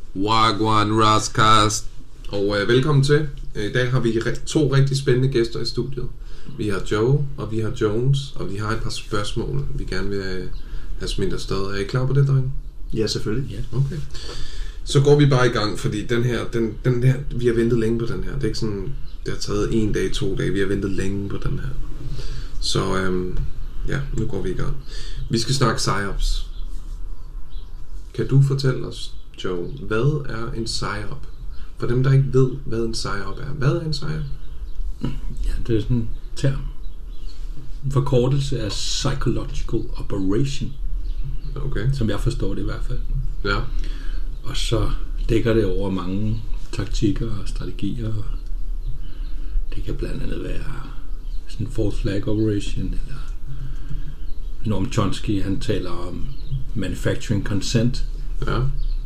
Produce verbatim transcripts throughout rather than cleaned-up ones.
Wagwan Rascast. Og øh, velkommen til. I dag har vi to rigtig spændende gæster i studiet. Vi har Joe, og vi har Jones, og vi har et par spørgsmål, vi gerne vil have smidt afsted. Er I klar på det, drenge? Ja, selvfølgelig. Ja. Okay. Så går vi bare i gang, fordi den her, den, den her, vi har ventet længe på den her. Det er ikke sådan, det har taget en dag, to dage. Vi har ventet længe på den her. Så øhm, ja, nu går vi i gang. Vi skal snakke psyops. Kan du fortælle os, Joe, hvad er en psyop? For dem, der ikke ved, hvad en psyop er. Hvad er en psyop? Ja, det er sådan en term. En forkortelse af Psychological Operation. Okay. Som jeg forstår det i hvert fald. Ja. Og så dækker det over mange taktikker og strategier. Det kan blandt andet være sådan en false flag operation, eller Noam Chomsky, han taler om manufacturing consent. Ja.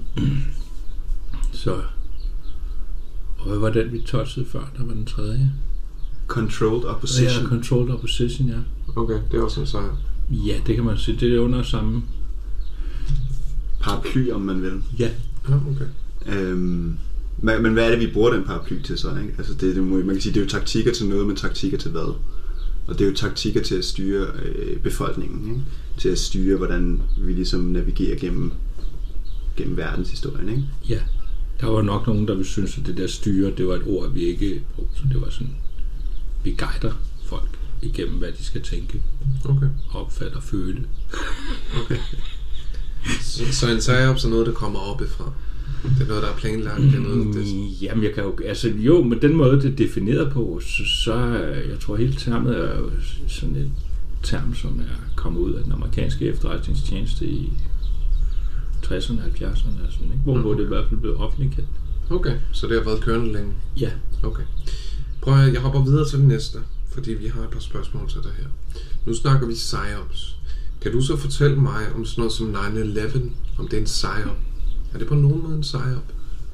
Så, og hvad var den, vi touchede før? Der var den tredje. Controlled opposition. Ja, controlled opposition, ja. Okay, det er også en sejr. Ja, det kan man sige. Det er under samme paraply, om man vil. Ja. Ja, okay. Øhm, men, men hvad er det, vi bruger den paraply til så? Ikke? Altså det, det, man kan sige, det er jo taktikker til noget, men taktikker til hvad? Og det er jo taktikker til at styre øh, befolkningen, ikke? Til at styre, hvordan vi ligesom navigerer gennem, gennem verdenshistorien, ikke? Ja, der var nok nogen, der ville synes, at det der styre, det var et ord, vi ikke brugte. Så det var sådan, vi guider folk igennem, hvad de skal tænke, okay, opfatte og føle. Okay. Så, så en psyop er noget, der kommer oppefra? Det er noget, der er planlagt? Det er noget, det... Jamen, jeg kan jo... Altså, jo, med den måde, det er defineret på, så, så jeg tror, hele termet er jo sådan et term, som er kommet ud af den amerikanske efterretningstjeneste i tresserne og halvfjerdserne, og sådan, ikke? Hvor, mm. hvor det i hvert fald blev offentligt kendt. Okay, så det har været kørende længe? Ja. Okay. Prøv at, jeg hopper videre til det næste, fordi vi har et par spørgsmål til det her. Nu snakker vi psyops. Kan du så fortælle mig om sådan noget som nine eleven, om det er en psyop? Er det på nogen måde en psyop?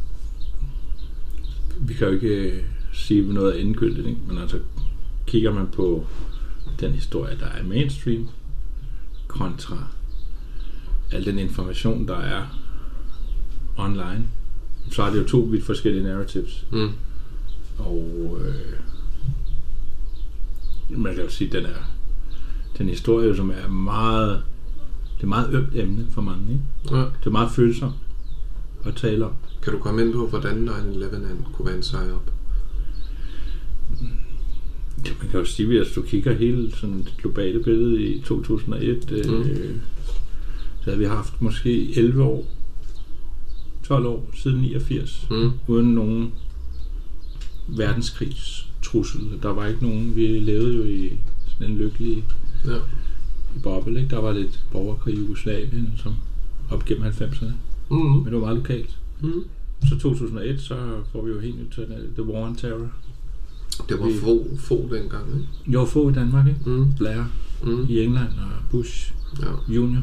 Vi kan jo ikke sige noget af endegyldigt, ikke? Men altså kigger man på den historie, der er mainstream, kontra al den information, der er online, så er det jo to vidt forskellige narratives. Mm. Og øh, man kan jo sige, at den er den historie, som er meget, det er meget ømt emne for mange, ikke? Ja. Det er meget følsomt at tale om. Kan du komme ind på, hvordan nine eleven kunne være en psyop? Ja, man kan jo sige, at hvis du kigger hele sådan det globale billede i to tusind og et, mm. øh, så havde vi haft måske elleve år, tolv år siden niogfirs, mm. uden nogen verdenskrigs-trussel. Der var ikke nogen, vi levede jo i sådan en lykkelig ja. i boble, ikke? Der var lidt borgerkrig i Jugoslavien, som op gennem halvfemserne, mm. men det var meget lokalt. Mm. Så to tusind og et, så får vi jo helt nyt til The War on Terror. Det var få, få dengang, ikke? Jo, få i Danmark, ikke? Mm. Blair mm. i England og Bush ja. junior.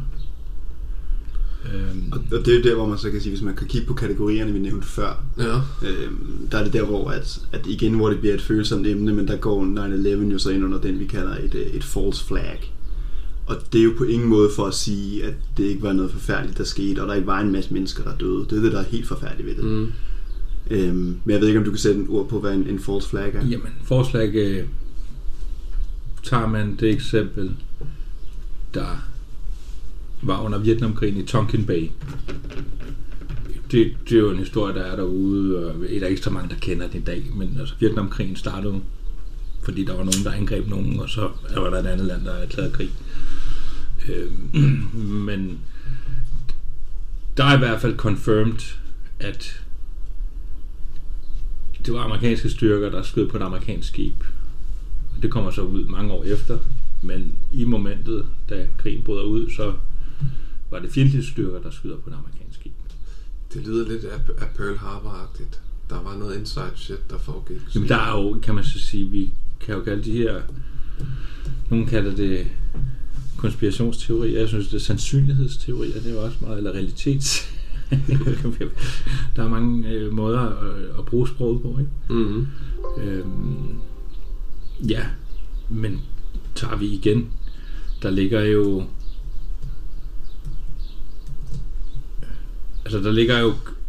Øhm. Og, og det er jo der, hvor man så kan sige, hvis man kan kigge på kategorierne, vi nævnte før, ja. øhm, der er det der, hvor at, at igen, hvor det bliver et følsomt emne, men der går nine eleven jo så ind under den, vi kalder et, et false flag. Og det er jo på ingen måde for at sige, at det ikke var noget forfærdeligt, der skete, og der ikke var en masse mennesker, der døde. Det er det, der er helt forfærdeligt ved det. Mm. Øhm, men jeg ved ikke, om du kan sætte en ord på, hvad en, en false flag er? Jamen, false flag, øh, tager man det eksempel, der var under Vietnamkrigen i Tonkin Bay. Det, det er jo en historie, der er derude, og der er ikke så mange, der kender den i dag, men altså, Vietnamkrigen startede, fordi der var nogen, der angreb nogen, og så var der et andet land, der erklærede krig. Øh, men der er i hvert fald confirmed, at det var amerikanske styrker, der skød på et amerikansk skib. Det kommer så ud mange år efter, men i momentet, da krigen bryder ud, så var det fjendtlige styrker, der skyder på et amerikansk skib. Det lyder lidt af, af Pearl Harbor-agtigt. Der var noget inside shit, der foregik. Jamen der er jo, kan man så sige, vi kan jo kalde de her, nogen kalder det konspirationsteorier, jeg synes det er sandsynlighedsteorier, det er jo også meget, eller realitets. Der er mange øh, måder at, at bruge sproget på, ikke? Mm-hmm. Øhm, ja, men tager vi igen, der ligger jo altså der ligger jo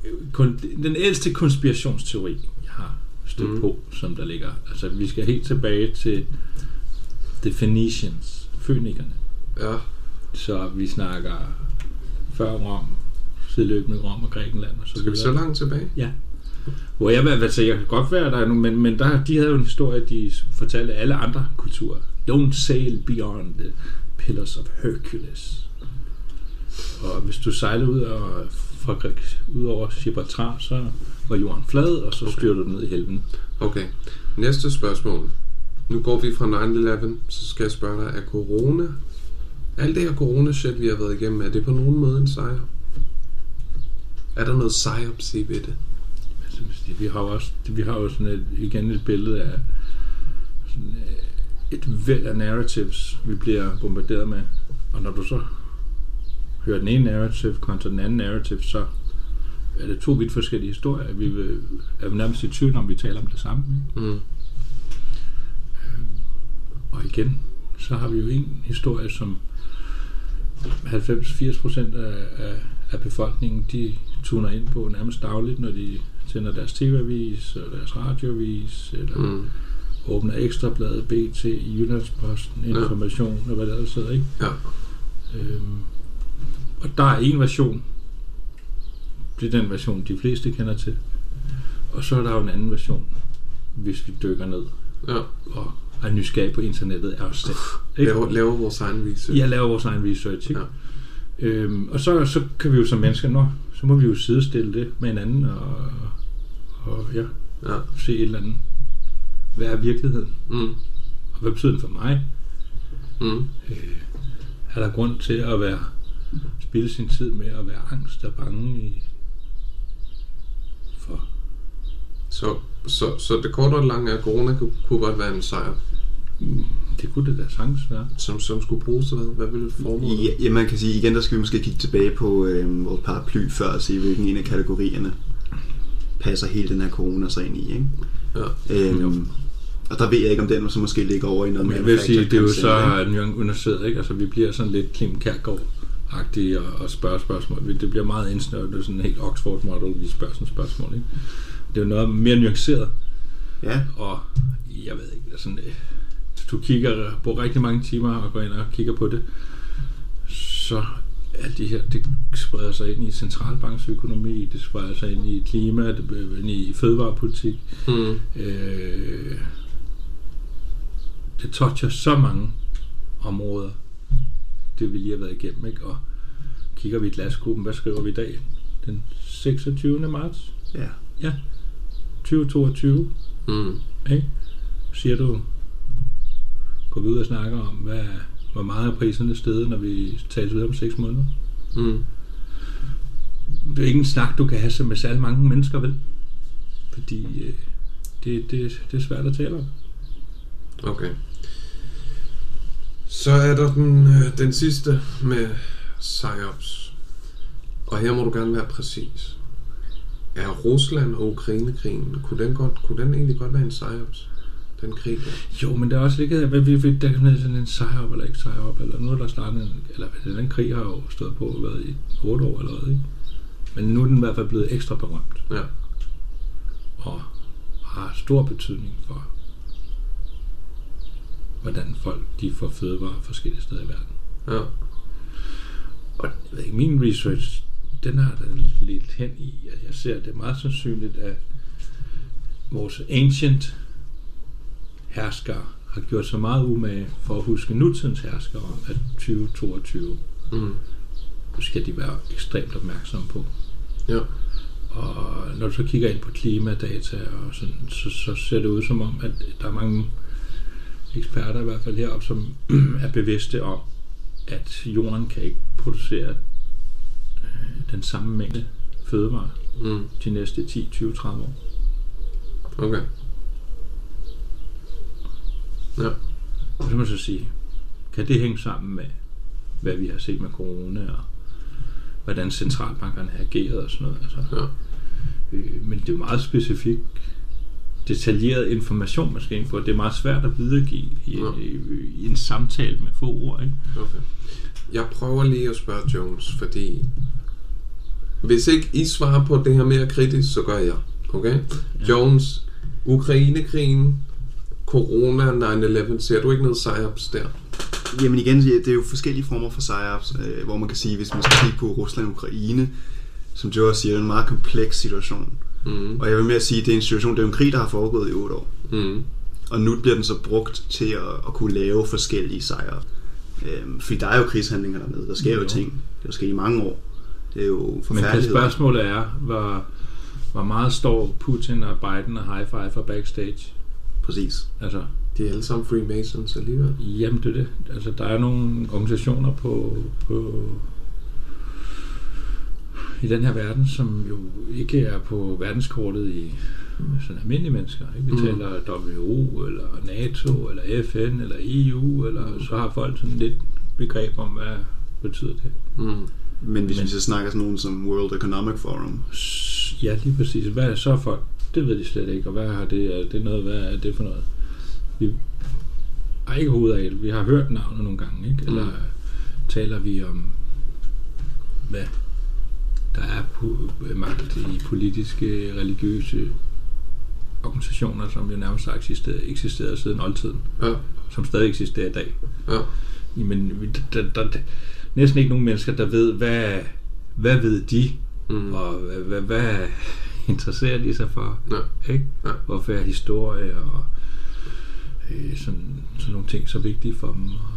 kun, den ældste konspirationsteori, jeg har stødt mm. på, som der ligger. Altså, vi skal helt tilbage til The Phoenicians, fønikerne. Ja. Så vi snakker før Rom, sideløbende Rom og Grækenland og så Skal vi så langt tilbage? Ja. Hvor jeg, altså, jeg kan godt være der nu, men, men der, de havde jo en historie, de fortalte alle andre kulturer. Don't sail beyond the Pillars of Hercules. Og hvis du sejler ud, og, fra, ud over Gibraltar, så var jorden flad, og så okay. styrter du ned i helveden. Okay. Næste spørgsmål. Nu går vi fra nine eleven, så skal jeg spørge dig, er corona, alt det her corona-shit, vi har været igennem, er det på nogen måde en sejr? Er der noget psyopsy ved det? Altså, vi har jo også, vi har jo sådan et, igen et billede af sådan et væld af narratives, vi bliver bombarderet med. Og når du så hører den ene narrative kontra den anden narrative, så er det to vidt forskellige historier. Vi vil, er vi nærmest i tvivl om, vi taler om det samme. Mm. Og igen, så har vi jo en historie, som halvfems til firs procent af, af, af befolkningen, de tuner ind på nærmest dagligt, når de sender deres tv-avis, eller deres radioavis, eller mm. åbner Ekstrabladet, B T, Jyllandsposten, Information, ja. Og hvad der ellers sidder, ikke? Ja. Øhm, og der er en version, det er den version, de fleste kender til, og så er der jo en anden version, hvis vi dykker ned, ja. Og er nysgerrig på internettet, er os selv. Laver, laver vores egen research. Ja, laver vores egen research, ikke? Ja. Øhm, og så, så kan vi jo som mennesker, nå, så må vi jo sidestille det med hinanden, og, og ja, ja, se et eller andet. Hvad er virkeligheden? Mm. Og hvad betyder den for mig? Mm. Øh, er der grund til at være spilde sin tid med at være angst og bange i for? Så, så, så det korte og lange af corona kunne, kunne godt være en sejr. Det kunne det da sagtens være. Som, som skulle bruges til hvad? Hvad ville formålet? Ja, ja, man kan sige, igen der skal vi måske kigge tilbage på øh, vores paraply før og se, hvilken en af kategorierne passer hele den her corona så ind i, ikke? Ja. Øhm, og der ved jeg ikke, om den så måske ligger over i noget mere. Jeg vil sige, det er jo så nuanceret, ikke? Altså vi bliver sådan lidt Kim Kærgaard-agtige og, og spørger spørgsmål. Det bliver meget indsnøvet, det er sådan en helt Oxford-model, vi spørger sådan spørgsmål, ikke? Det er jo noget mere nuanceret. Ja. Og jeg ved ikke, sådan, hvis du kigger på rigtig mange timer og går ind og kigger på det, så er det her, det spreder sig ind i centralbanksøkonomi, det spreder sig ind i klima, det bliver ind i fødevarepolitik. Mm. Øh, det toucher så mange områder, det vi lige har været igennem, ikke? Og kigger vi i glaskuben, hvad skriver vi i dag? Den seksogtyvende marts? Ja. Ja. tyve toogtyve. Mm. Ikke? Siger du, går vi ud og snakker om, hvad, hvor meget er priserne steget, når vi tager videre om seks måneder? Mm. Det er ikke en snak, du kan have med særlig mange mennesker, vel? Fordi øh, det, det, det er svært at tale om. Okay. Så er der den, øh, den sidste med psyops. Og her må du gerne være præcis. Er Rusland og Ukraine-krigen, kunne den, godt, kunne den egentlig godt være en psyops? Den krig der? Jo, men der er også ligget, hvad vi fik, der kan sådan en psyop eller ikke psyop, eller nu er der startet en, eller den krig har jo stået på været i otte år eller hvad, ikke? Men nu er den i hvert fald blevet ekstra berømt. Ja. Og har stor betydning for, hvordan folk de får fødevarer forskellige steder i verden. Ja. Og jeg ved ikke, min research, den har der lidt hen i, at jeg ser, at det er meget sandsynligt, at vores ancient herskere har gjort så meget umage for at huske nutidens herskere om, at tyve toogtyve mm. skal de være ekstremt opmærksomme på. Ja. Og når du så kigger ind på klimadata, og sådan, så, så ser det ud som om, at der er mange eksperter i hvert fald heroppe, som er bevidste om, at jorden kan ikke producere øh, den samme mængde fødevarer mm. de næste ti, tyve, tredive år. Okay. Ja. Og så kan man så sige, kan det hænge sammen med, hvad vi har set med corona, og hvordan centralbankerne har ageret og sådan noget. Altså, ja. øh, men det er jo meget specifikt, detaljeret information, man skal ind på. Det er meget svært at videregive i, ja. i, i en samtale med få ord, ikke? Okay. Jeg prøver lige at spørge Jones, fordi hvis ikke I svarer på det her mere kritisk, så gør jeg. Okay? Ja. Jones, Ukrainekrigen, corona, nine eleven, ser du ikke noget psyops der? Jamen igen, det er jo forskellige former for psyops, øh, hvor man kan sige, hvis man skal kigge på Rusland og Ukraine, som Joe også siger, det er en meget kompleks situation. Mm. Og jeg vil med at sige, at det er en situation, det er en krig, der har foregået i otte år. Mm. Og nu bliver den så brugt til at, at kunne lave forskellige sejre. Øhm, fordi der er jo krigshandlinger dernede, der sker jo, jo ting, der sker i mange år. Det er jo forfærdeligt. Men spørgsmålet er, hvor, hvor meget står Putin og Biden og high five for backstage? Præcis. Altså, de er alle sammen Freemasons alligevel. Jamen det er det. Altså, der er nogle organisationer på, på i den her verden, som jo ikke er på verdenskortet i sådan almindelige mennesker. Ikke? Vi mm. taler W H O, eller NATO, eller F N, eller E U, eller mm. så har folk sådan lidt begreb om, hvad betyder det. Mm. Men hvis Men, vi så snakker sådan nogen som World Economic Forum. Ja, lige præcis. Hvad er så folk? Det ved de slet ikke, og hvad har det, er det noget, hvad er det for noget? Vi har ikke hovedet af det. Vi har hørt navnet nogle gange, ikke? Eller mm. taler vi om, hvad der er magt i politiske, religiøse organisationer, som jo nærmest har eksisteret, eksisteret siden oldtiden, ja. Som stadig eksisterer i dag. Ja. Jamen, der, der, der, næsten ikke nogen mennesker, der ved, hvad, hvad ved de, mm. og hvad, hvad, hvad interesserer de sig for, ja. Ikke? Ja. Hvorfor er historie og øh, sådan, sådan nogle ting så vigtige for dem.